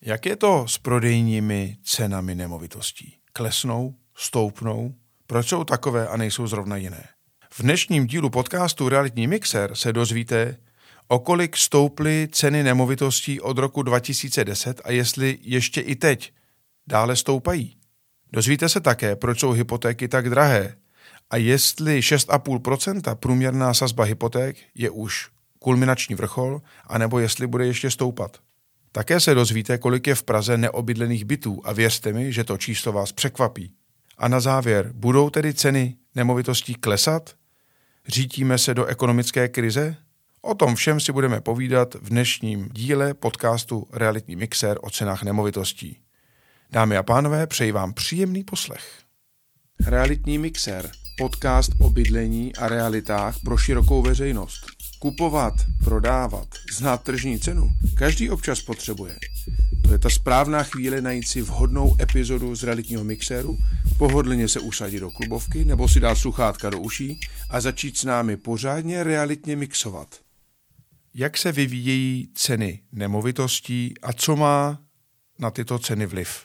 Jak je to s prodejními cenami nemovitostí? Klesnou? Stoupnou? Proč jsou takové a nejsou zrovna jiné? V dnešním dílu podcastu Realitní mixer se dozvíte, o kolik stouply ceny nemovitostí od roku 2010 a jestli ještě i teď dále stoupají. Dozvíte se také, proč jsou hypotéky tak drahé a jestli 6,5% průměrná sazba hypoték je už kulminační vrchol, anebo jestli bude ještě stoupat. Také se dozvíte, kolik je v Praze neobydlených bytů a věřte mi, že to číslo vás překvapí. A na závěr, budou tedy ceny nemovitostí klesat? Řítíme se do ekonomické krize? O tom všem si budeme povídat v dnešním díle podcastu Realitní mixer o cenách nemovitostí. Dámy a pánové, přeji vám příjemný poslech. Realitní mixer, podcast o bydlení a realitách pro širokou veřejnost. Kupovat, prodávat, znát tržní cenu, každý občas potřebuje. To je ta správná chvíle najít si vhodnou epizodu z realitního mixéru, pohodlně se usadit do klubovky nebo si dát sluchátka do uší a začít s námi pořádně realitně mixovat. Jak se vyvíjejí ceny nemovitostí a co má na tyto ceny vliv?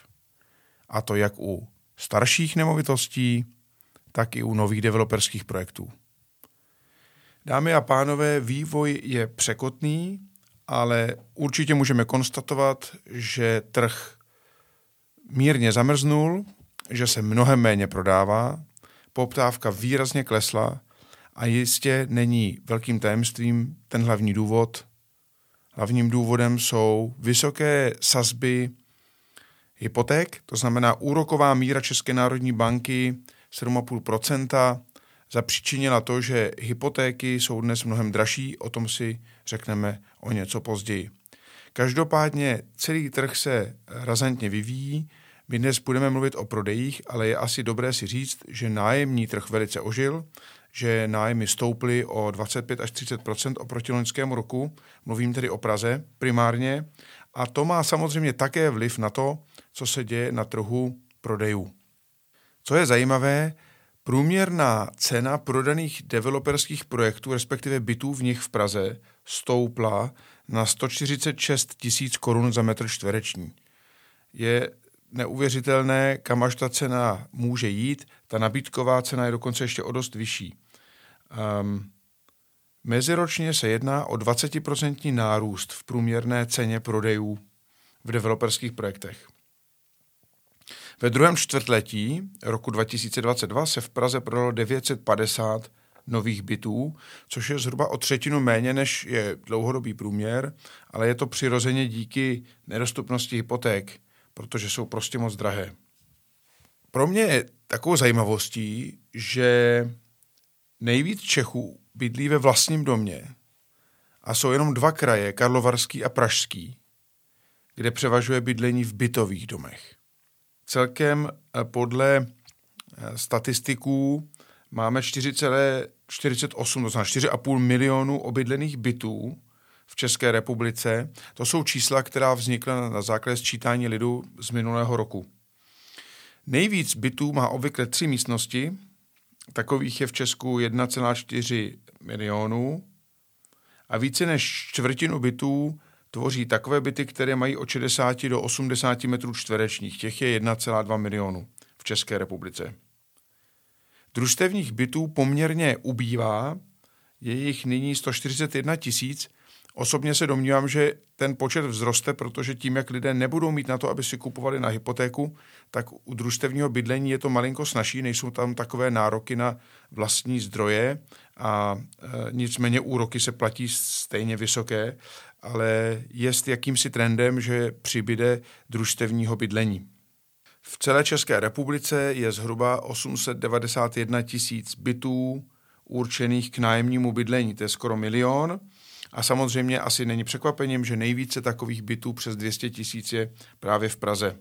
A to jak u starších nemovitostí, tak i u nových developerských projektů. Dámy a pánové, vývoj je překotný, ale určitě můžeme konstatovat, že trh mírně zamrznul, že se mnohem méně prodává, poptávka výrazně klesla a jistě není velkým tajemstvím ten hlavní důvod. Hlavním důvodem jsou vysoké sazby hypoték, to znamená úroková míra České národní banky 7,5%, zapříčinila to, že hypotéky jsou dnes mnohem dražší, o tom si řekneme o něco později. Každopádně celý trh se razantně vyvíjí, my dnes budeme mluvit o prodejích, ale je asi dobré si říct, že nájemní trh velice ožil, že nájmy stouply o 25 až 30% oproti loňskému roku, mluvím tedy o Praze primárně, a to má samozřejmě také vliv na to, co se děje na trhu prodejů. Co je zajímavé, průměrná cena prodaných developerských projektů, respektive bytů v nich v Praze, stoupla na 146 000 korun za metr čtvereční. Je neuvěřitelné, kam až ta cena může jít. Ta nabídková cena je dokonce ještě o dost vyšší. Meziročně se jedná o 20% nárůst v průměrné ceně prodejů v developerských projektech. Ve druhém čtvrtletí roku 2022 se v Praze prodalo 950 nových bytů, což je zhruba o třetinu méně, než je dlouhodobý průměr, ale je to přirozeně díky nedostupnosti hypoték, protože jsou prostě moc drahé. Pro mě je takovou zajímavostí, že nejvíc Čechů bydlí ve vlastním domě a jsou jenom 2 kraje, Karlovarský a Pražský, kde převažuje bydlení v bytových domech. Celkem podle statistiků máme 4,48, to znamená 4,5 milionu obydlených bytů v České republice. To jsou čísla, která vznikla na základě sčítání lidu z minulého roku. Nejvíc bytů má obvykle 3 místnosti, takových je v Česku 1,4 milionů a více než čtvrtinu bytů tvoří takové byty, které mají od 60 do 80 metrů čtverečních. Těch je 1,2 milionu v České republice. Družstevních bytů poměrně ubývá, je jich nyní 141 000. Osobně se domnívám, že ten počet vzroste, protože tím, jak lidé nebudou mít na to, aby si kupovali na hypotéku, tak u družstevního bydlení je to malinko snazší, nejsou tam takové nároky na vlastní zdroje a nicméně úroky se platí stejně vysoké, ale je jakýmsi trendem, že přibyde družstevního bydlení. V celé České republice je zhruba 891 000 bytů určených k nájemnímu bydlení, to je skoro 1 000 000. A samozřejmě asi není překvapením, že nejvíce takových bytů přes 200 000 je právě v Praze.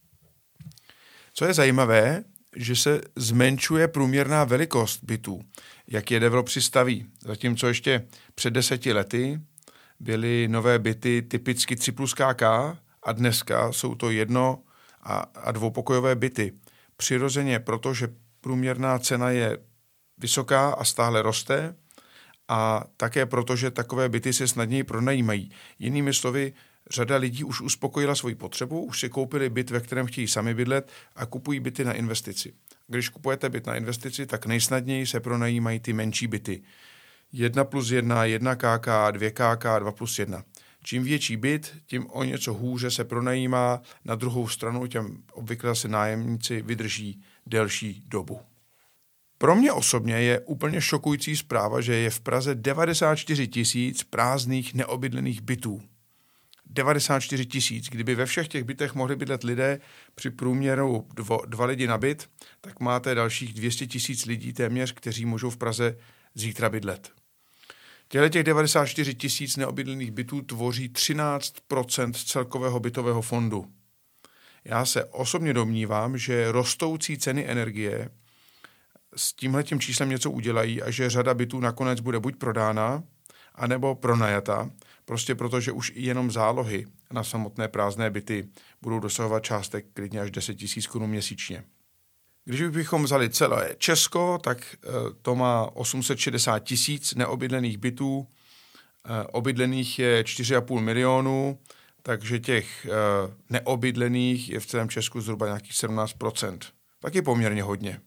Co je zajímavé, že se zmenšuje průměrná velikost bytů, jak je developři staví. Zatímco ještě před 10 lety byly nové byty typicky 3+KK a dneska jsou to 1- a 2pokojové byty. Přirozeně, protože průměrná cena je vysoká a stále roste, a také proto, že takové byty se snadněji pronajímají. Jinými slovy, Řada lidí už uspokojila svoji potřebu, už si koupili byt, ve kterém chtějí sami bydlet a kupují byty na investici. Když kupujete byt na investici, tak nejsnadněji se pronajímají ty menší byty. 1+1, 1 KK, 2 KK, 2+1. Čím větší byt, tím o něco hůře se pronajímá. Na druhou stranu těm obvykle se nájemníci vydrží delší dobu. Pro mě osobně je úplně šokující zpráva, že je v Praze 94 000 prázdných neobydlených bytů. 94 000. Kdyby ve všech těch bytech mohli bydlet lidé při průměru 2 lidi na byt, tak máte dalších 200 000 lidí téměř, kteří můžou v Praze zítra bydlet. Těch 94 000 neobydlených bytů tvoří 13% celkového bytového fondu. Já se osobně domnívám, že rostoucí ceny energie s tímhletím číslem něco udělají a že řada bytů nakonec bude buď prodána, anebo pronajata, prostě protože už jenom zálohy na samotné prázdné byty budou dosahovat částek klidně až 10 000 korun měsíčně. Když bychom vzali celé Česko, tak to má 860 000 neobydlených bytů, obydlených je 4,5 milionu, takže těch neobydlených je v celém Česku zhruba nějakých 17%. Taky poměrně hodně.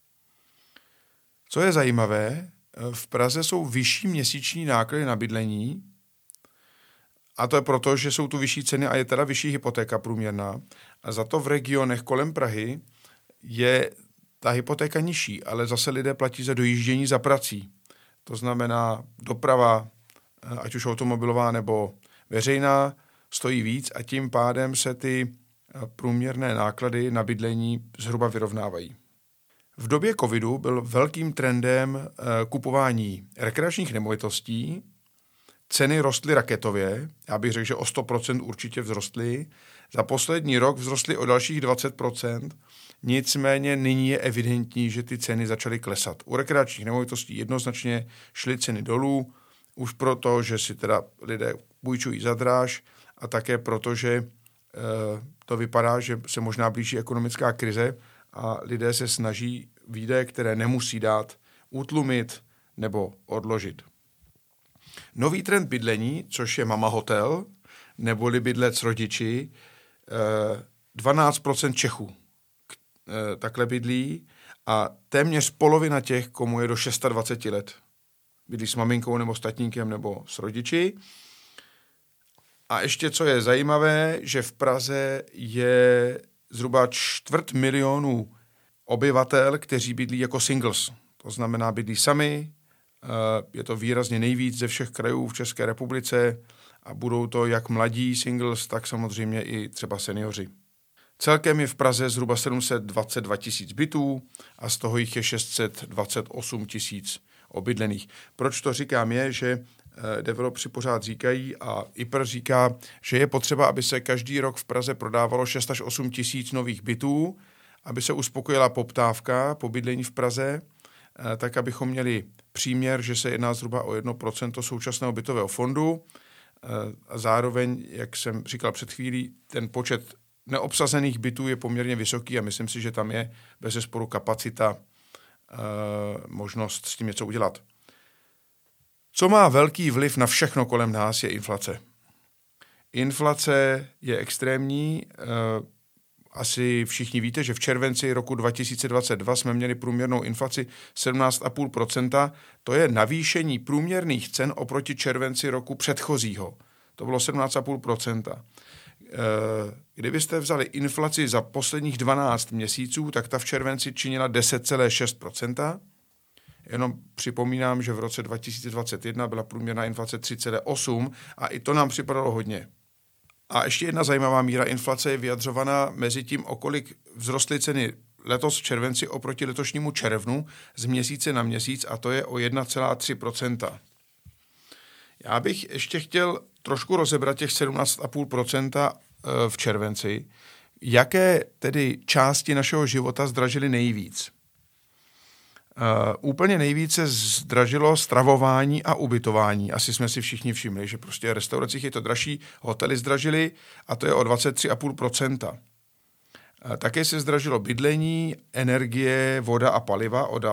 Co je zajímavé, v Praze jsou vyšší měsíční náklady na bydlení, a to je proto, že jsou tu vyšší ceny a je teda vyšší hypotéka průměrná. A za to v regionech kolem Prahy je ta hypotéka nižší, ale zase lidé platí za dojíždění za prací. To znamená doprava, ať už automobilová nebo veřejná, stojí víc a tím pádem se ty průměrné náklady na bydlení zhruba vyrovnávají. V době covidu byl velkým trendem kupování rekreačních nemovitostí. Ceny rostly raketově, já bych řekl, že o 100% určitě vzrostly. Za poslední rok vzrostly o dalších 20%, nicméně nyní je evidentní, že ty ceny začaly klesat. U rekreačních nemovitostí jednoznačně šly ceny dolů, už proto, že si teda lidé půjčují za dráž a také proto, že to vypadá, že se možná blíží ekonomická krize a lidé se snaží výdaje, které nemusí dát, utlumit nebo odložit. Nový trend bydlení, což je mama hotel, neboli bydlet s rodiči, 12% Čechů takhle bydlí a téměř polovina těch, komu je do 26 let. Bydlí s maminkou nebo s tatínkem nebo s rodiči. A ještě, co je zajímavé, že v Praze je zhruba 250 000 obyvatel, kteří bydlí jako singles. To znamená, bydlí sami, je to výrazně nejvíc ze všech krajů v České republice a budou to jak mladí singles, tak samozřejmě i třeba seniori. Celkem je v Praze zhruba 722 000 bytů a z toho jich je 628 000 obydlených. Proč to říkám je, že developři pořád říkají a IPR říká, že je potřeba, aby se každý rok v Praze prodávalo 6 až 8 000 nových bytů, aby se uspokojila poptávka po bydlení v Praze, tak abychom měli příměr, že se jedná zhruba o 1% současného bytového fondu. A zároveň, jak jsem říkal před chvílí, ten počet neobsazených bytů je poměrně vysoký a myslím si, že tam je bezesporu kapacita, možnost s tím něco udělat. Co má velký vliv na všechno kolem nás, je inflace. Inflace je extrémní. Asi všichni víte, že v červenci roku 2022 jsme měli průměrnou inflaci 17,5%. To je navýšení průměrných cen oproti červenci roku předchozího. To bylo 17,5%. Kdybyste vzali inflaci za posledních 12 měsíců, tak ta v červenci činila 10,6%. Jenom připomínám, že v roce 2021 byla průměrná inflace 3,8% a i to nám připadalo hodně. A ještě jedna zajímavá míra inflace je vyjadřovaná mezi tím, o kolik vzrostly ceny letos v červenci oproti letošnímu červnu z měsíce na měsíc a to je o 1,3%. Já bych ještě chtěl trošku rozebrat těch 17,5% v červenci. Jaké tedy části našeho života zdražily nejvíc? Úplně nejvíce zdražilo stravování a ubytování. Asi jsme si všichni všimli, že prostě v restauracích je to dražší, hotely zdražily a to je o 23,5%. Také se zdražilo bydlení, energie, voda a paliva o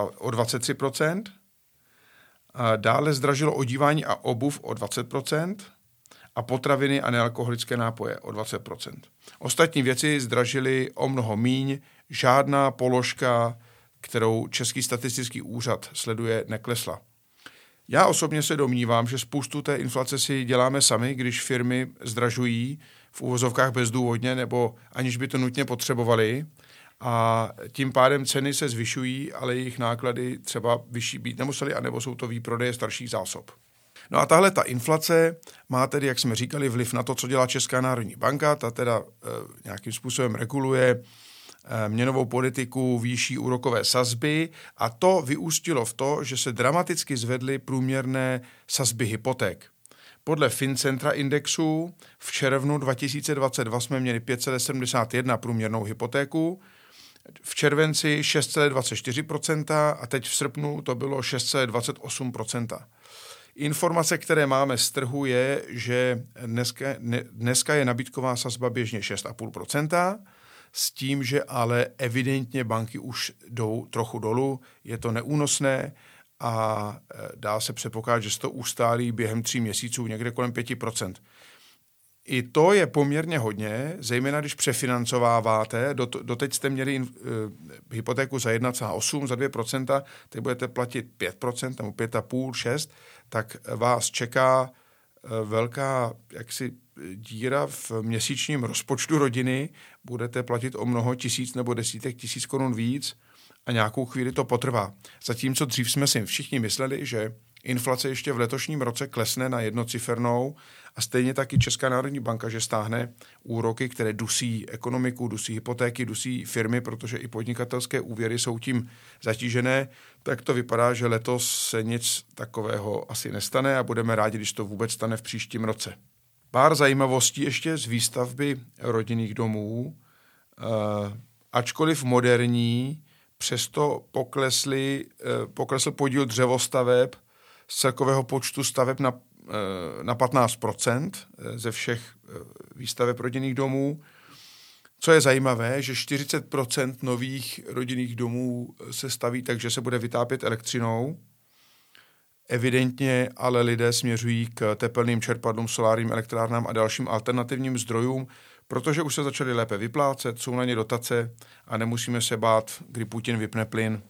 23%. Dále zdražilo odívání a obuv o 20%. a potraviny a nealkoholické nápoje o 20%. Ostatní věci zdražily o mnoho míň, žádná položka, kterou Český statistický úřad sleduje, neklesla. Já osobně se domnívám, že spoustu té inflace si děláme sami, když firmy zdražují v uvozovkách bezdůvodně nebo aniž by to nutně potřebovali a tím pádem ceny se zvyšují, ale jejich náklady třeba vyšší být nemuseli, anebo jsou to výprodeje starších zásob. No a tahle ta inflace má tedy, jak jsme říkali, vliv na to, co dělá Česká národní banka, ta teda nějakým způsobem reguluje měnovou politiku, výšší úrokové sazby a to vyústilo v to, že se dramaticky zvedly průměrné sazby hypoték. Podle Fincentra indexu v červnu 2022 jsme měli 5,71 průměrnou hypotéku, v červenci 6,24% a teď v srpnu to bylo 6,28%. Informace, které máme z trhu, je, že dneska je nabídková sazba běžně 6,5%, s tím, že ale evidentně banky už jdou trochu dolů, je to neúnosné a dá se předpokládat, že se to ustálí během 3 měsíců někde kolem 5%. I to je poměrně hodně, zejména když přefinancováváte, doteď jste měli hypotéku za 1,8, za 2%, teď budete platit 5%, nebo 5,5, 6%, tak vás čeká velká jaksi díra v měsíčním rozpočtu rodiny, budete platit o mnoho tisíc nebo desítek tisíc korun víc a nějakou chvíli to potrvá. Zatímco dřív jsme si všichni mysleli, že inflace ještě v letošním roce klesne na jednocifernou a stejně taky Česká národní banka, že stáhne úroky, které dusí ekonomiku, dusí hypotéky, dusí firmy, protože i podnikatelské úvěry jsou tím zatížené, tak to vypadá, že letos se nic takového asi nestane a budeme rádi, když to vůbec stane v příštím roce. Pár zajímavostí ještě z výstavby rodinných domů. Ačkoliv moderní, přesto poklesl podíl dřevostaveb z celkového počtu staveb na 15% ze všech výstaveb rodinných domů. Co je zajímavé, že 40% nových rodinných domů se staví tak, že se bude vytápět elektřinou. Evidentně ale lidé směřují k tepelným čerpadlům, solárním elektrárnám a dalším alternativním zdrojům, protože už se začaly lépe vyplácet, jsou na ně dotace a nemusíme se bát, kdy Putin vypne plyn.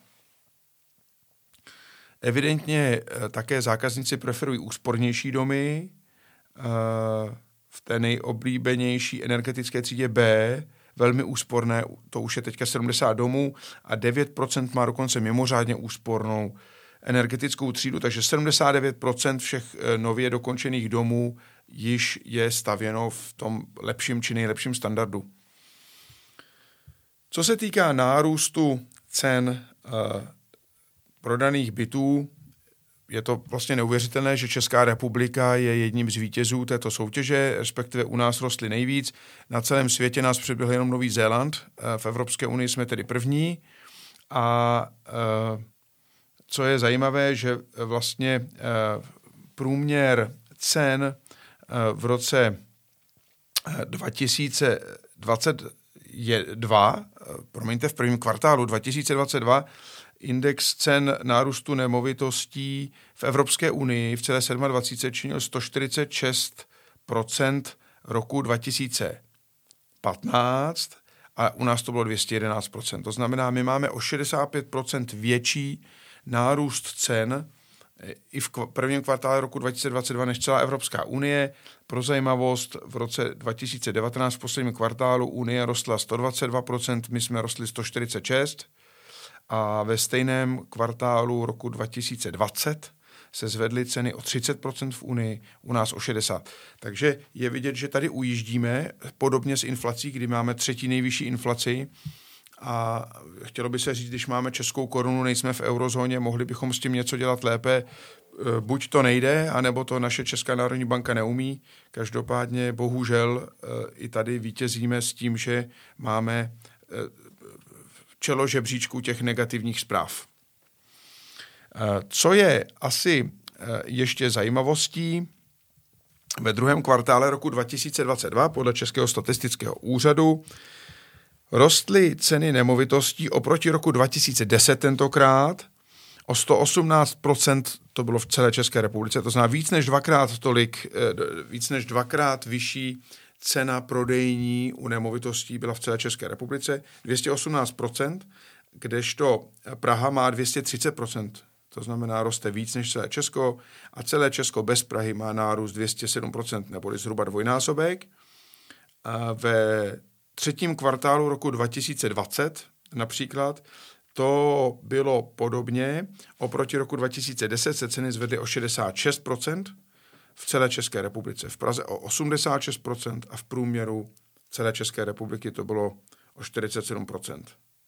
Evidentně také zákazníci preferují úspornější domy. V té nejoblíbenější energetické třídě B, velmi úsporné, to už je teďka 70 domů a 9% má dokonce mimořádně úspornou energetickou třídu, takže 79% všech nově dokončených domů již je stavěno v tom lepším či nejlepším standardu. Co se týká nárůstu cen prodaných bytů, je to vlastně neuvěřitelné, že Česká republika je jedním z vítězů této soutěže, respektive u nás rostly nejvíc. Na celém světě nás předběhl jenom Nový Zéland, v Evropské unii jsme tedy první a co je zajímavé, že vlastně průměr cen v roce 2022, v prvním kvartálu 2022, index cen nárůstu nemovitostí v Evropské unii v celé 27 činil 146% roku 2015 a u nás to bylo 211%. To znamená, my máme o 65% větší nárůst cen i v prvním kvartále roku 2022 než celá Evropská unie. Pro zajímavost, v roce 2019 v posledním kvartálu Unie rostla 122%, my jsme rostli 146%. A ve stejném kvartálu roku 2020 se zvedly ceny o 30% v Unii, u nás o 60%. Takže je vidět, že tady ujíždíme, podobně s inflací, kdy máme 3. nejvyšší inflaci a chtělo by se říct, když máme českou korunu, nejsme v eurozóně, mohli bychom s tím něco dělat lépe. Buď to nejde, anebo to naše Česká národní banka neumí. Každopádně bohužel i tady vítězíme s tím, že máme čelo žebříčku těch negativních zpráv. Co je asi ještě zajímavostí, ve druhém kvartále roku 2022 podle Českého statistického úřadu rostly ceny nemovitostí oproti roku 2010 tentokrát O 118% to bylo v celé České republice, to znamená víc než dvakrát vyšší cena prodejní u nemovitostí byla v celé České republice, 218%, kdežto Praha má 230%. To znamená, roste víc než celé Česko a celé Česko bez Prahy má nárůst 207%, neboli zhruba dvojnásobek. A ve třetím kvartálu roku 2020 například to bylo podobně. Oproti roku 2010 se ceny zvedly o 66% v celé České republice. V Praze o 86% a v průměru celé České republiky to bylo o 47%.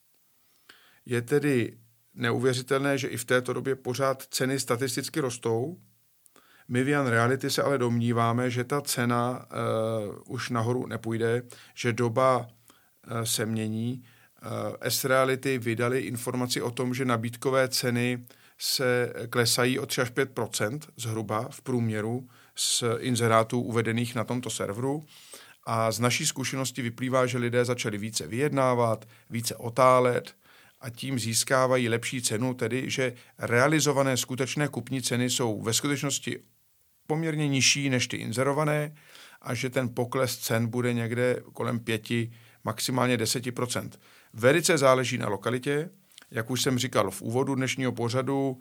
Je tedy neuvěřitelné, že i v této době pořád ceny statisticky rostou. My v Jan Reality se ale domníváme, že ta cena už nahoru nepůjde, že doba se mění. S-Reality vydali informaci o tom, že nabídkové ceny se klesají o 3 až 5% zhruba v průměru z inzerátů uvedených na tomto serveru. A z naší zkušenosti vyplývá, že lidé začali více vyjednávat, více otálet a tím získávají lepší cenu, tedy že realizované skutečné kupní ceny jsou ve skutečnosti poměrně nižší než ty inzerované a že ten pokles cen bude někde kolem 5, maximálně 10%. Velice záleží na lokalitě. Jak už jsem říkal v úvodu dnešního pořadu,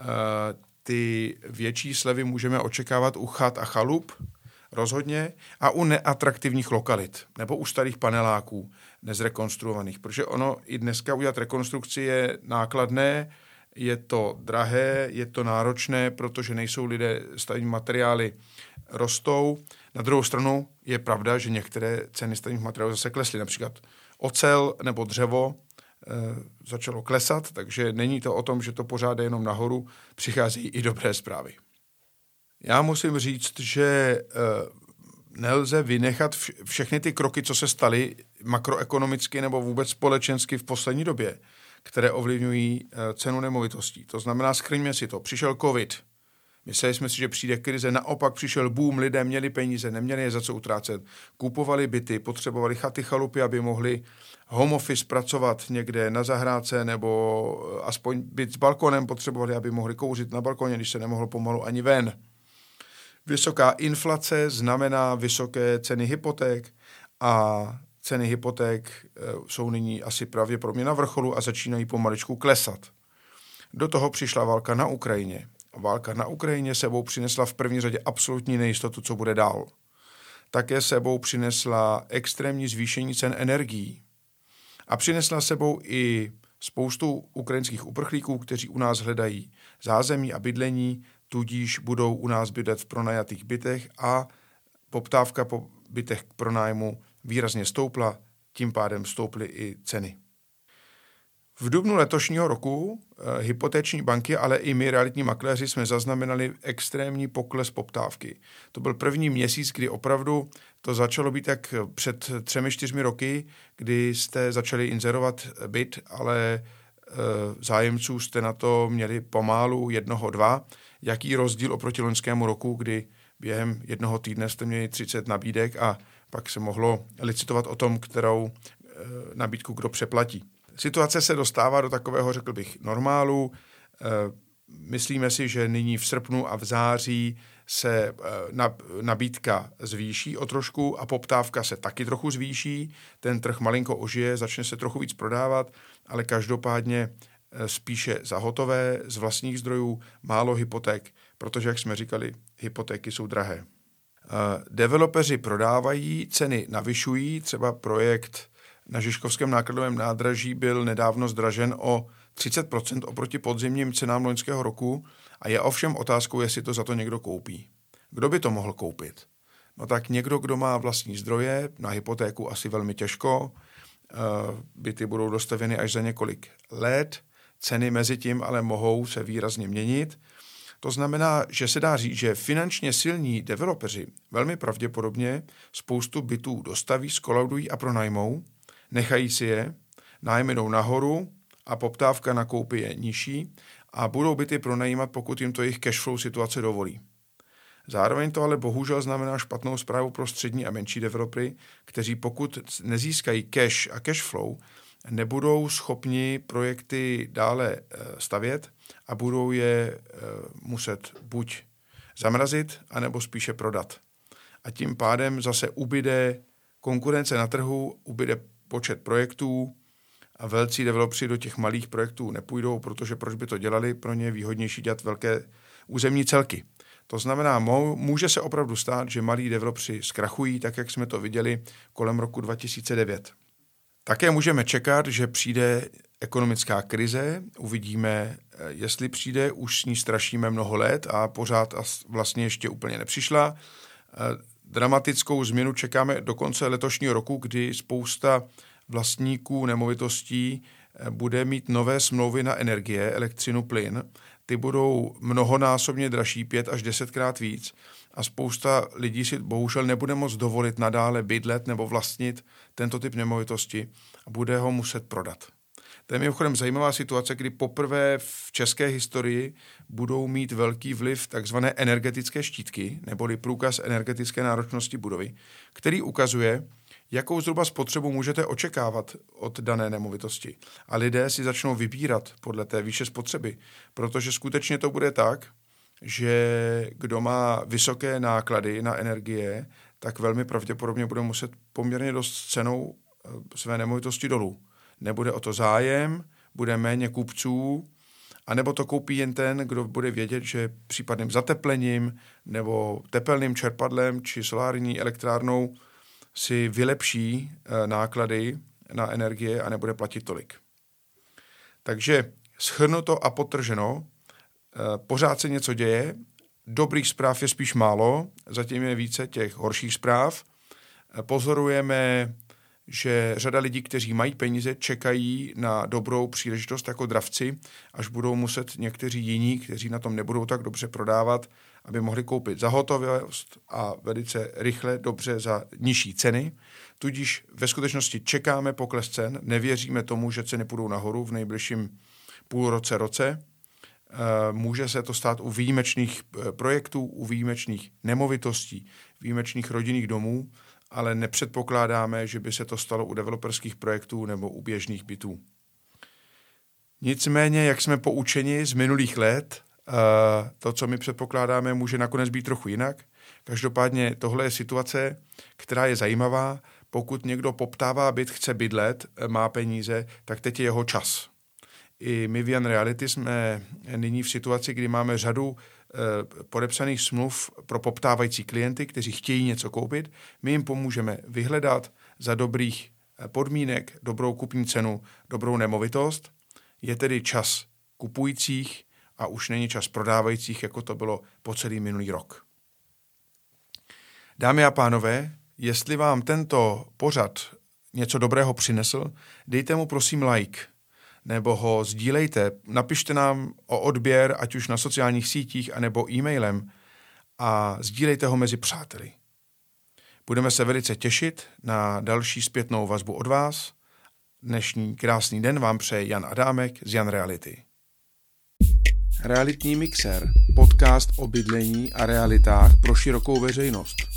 ty větší slevy můžeme očekávat u chat a chalup rozhodně a u neatraktivních lokalit nebo u starých paneláků nezrekonstruovaných, protože ono i dneska udělat rekonstrukci je nákladné, je to drahé, je to náročné, protože nejsou lidé, stavební materiály rostou. Na druhou stranu je pravda, že některé ceny stavebních materiálů zase klesly, například ocel nebo dřevo začalo klesat, takže není to o tom, že to pořád je jenom nahoru, přichází i dobré zprávy. Já musím říct, že nelze vynechat všechny ty kroky, co se staly makroekonomicky nebo vůbec společensky v poslední době, které ovlivňují cenu nemovitostí. To znamená, shrňme si to. Přišel covid. Mysleli jsme si, že přijde krize, naopak přišel boom, lidé měli peníze, neměli je za co utrácet, kupovali byty, potřebovali chaty, chalupy, aby mohli home office pracovat někde na zahrádce nebo aspoň byt s balkonem, potřebovali, aby mohli kouřit na balkoně, když se nemohlo pomalu ani ven. Vysoká inflace znamená vysoké ceny hypoték a ceny hypoték jsou nyní asi pravděpodobně na vrcholu a začínají pomaličku klesat. Do toho přišla válka na Ukrajině. Válka na Ukrajině sebou přinesla v první řadě absolutní nejistotu, co bude dál. Také sebou přinesla extrémní zvýšení cen energií. A přinesla sebou i spoustu ukrajinských uprchlíků, kteří u nás hledají zázemí a bydlení, tudíž budou u nás bydlet v pronajatých bytech a poptávka po bytech k pronájmu výrazně stoupla, tím pádem stouply i ceny. V dubnu letošního roku hypoteční banky, ale i my, realitní makléři, jsme zaznamenali extrémní pokles poptávky. To byl první měsíc, kdy opravdu to začalo být jak před 3-4 roky, kdy jste začali inzerovat byt, ale zájemců jste na to měli pomálu 1-2. Jaký rozdíl oproti loňskému roku, kdy během jednoho týdne jste měli 30 nabídek a pak se mohlo licitovat o tom, kterou nabídku kdo přeplatí. Situace se dostává do takového, řekl bych, normálu. Myslíme si, že nyní v srpnu a v září se nabídka zvýší o trošku a poptávka se taky trochu zvýší. Ten trh malinko ožije, začne se trochu víc prodávat, ale každopádně spíše za hotové, z vlastních zdrojů, málo hypoték, protože, jak jsme říkali, hypotéky jsou drahé. Developeři prodávají, ceny navyšují, třeba projekt na Žižkovském nákladovém nádraží byl nedávno zdražen o 30% oproti podzimním cenám loňského roku a je ovšem otázkou, jestli to za to někdo koupí. Kdo by to mohl koupit? No tak někdo, kdo má vlastní zdroje, na hypotéku asi velmi těžko, byty budou dostavěny až za několik let, ceny mezi tím ale mohou se výrazně měnit. To znamená, že se dá říct, že finančně silní developeři velmi pravděpodobně spoustu bytů dostaví, skolaudují a pronajmou, nechají si je, nájmy jdou nahoru a poptávka na koupy je nižší a budou byty pronajímat, pokud jim to jejich cashflow situace dovolí. Zároveň to ale bohužel znamená špatnou zprávu pro střední a menší developery, kteří pokud nezískají cash a cashflow, nebudou schopni projekty dále stavět a budou je muset buď zamrazit, anebo spíše prodat. A tím pádem zase ubyde konkurence na trhu, ubyde počet projektů a velcí developři do těch malých projektů nepůjdou, protože proč by to dělali, pro ně je výhodnější dělat velké územní celky. To znamená, může se opravdu stát, že malí developři zkrachují, tak jak jsme to viděli kolem roku 2009. Také můžeme čekat, že přijde ekonomická krize, uvidíme, jestli přijde, už s ní strašíme mnoho let a pořád vlastně ještě úplně nepřišla. Dramatickou změnu čekáme do konce letošního roku, kdy spousta vlastníků nemovitostí bude mít nové smlouvy na energie, elektřinu, plyn. Ty budou mnohonásobně dražší, 5 až 10krát víc a spousta lidí si bohužel nebude moct dovolit nadále bydlet nebo vlastnit tento typ nemovitosti a bude ho muset prodat. To je mimochodem zajímavá situace, kdy poprvé v české historii budou mít velký vliv takzvané energetické štítky, neboli průkaz energetické náročnosti budovy, který ukazuje, jakou zhruba spotřebu můžete očekávat od dané nemovitosti. A lidé si začnou vybírat podle té výše spotřeby, protože skutečně to bude tak, že kdo má vysoké náklady na energie, tak velmi pravděpodobně bude muset poměrně dost cenou své nemovitosti dolů. Nebude o to zájem, bude méně kupců, anebo to koupí jen ten, kdo bude vědět, že případným zateplením nebo tepelným čerpadlem či solární elektrárnou si vylepší náklady na energie a nebude platit tolik. Takže shrnuto a podtrženo, pořád se něco děje, dobrých zpráv je spíš málo, zatím je více těch horších zpráv. Pozorujeme, že řada lidí, kteří mají peníze, čekají na dobrou příležitost jako dravci, až budou muset někteří jiní, kteří na tom nebudou tak dobře prodávat, aby mohli koupit za hotovost a velice rychle, dobře za nižší ceny. Tudíž ve skutečnosti čekáme pokles cen, nevěříme tomu, že ceny půjdou nahoru v nejbližším roce. Může se to stát u výjimečných projektů, u výjimečných nemovitostí, výjimečných rodinných domů, ale nepředpokládáme, že by se to stalo u developerských projektů nebo u běžných bytů. Nicméně, jak jsme poučeni z minulých let, to, co my předpokládáme, může nakonec být trochu jinak. Každopádně tohle je situace, která je zajímavá. Pokud někdo poptává byt, chce bydlet, má peníze, tak teď je jeho čas. I my v Jan Reality jsme nyní v situaci, kdy máme řadu podepsaných smluv pro poptávající klienty, kteří chtějí něco koupit. My jim pomůžeme vyhledat za dobrých podmínek, dobrou kupní cenu, dobrou nemovitost. Je tedy čas kupujících a už není čas prodávajících, jako to bylo po celý minulý rok. Dámy a pánové, jestli vám tento pořad něco dobrého přinesl, dejte mu prosím like, nebo ho sdílejte, napište nám o odběr, ať už na sociálních sítích, anebo e-mailem a sdílejte ho mezi přáteli. Budeme se velice těšit na další zpětnou vazbu od vás. Dnešní krásný den vám přeje Jan Adámek z Jan Reality. Realitní mixer, podcast o bydlení a realitách pro širokou veřejnost.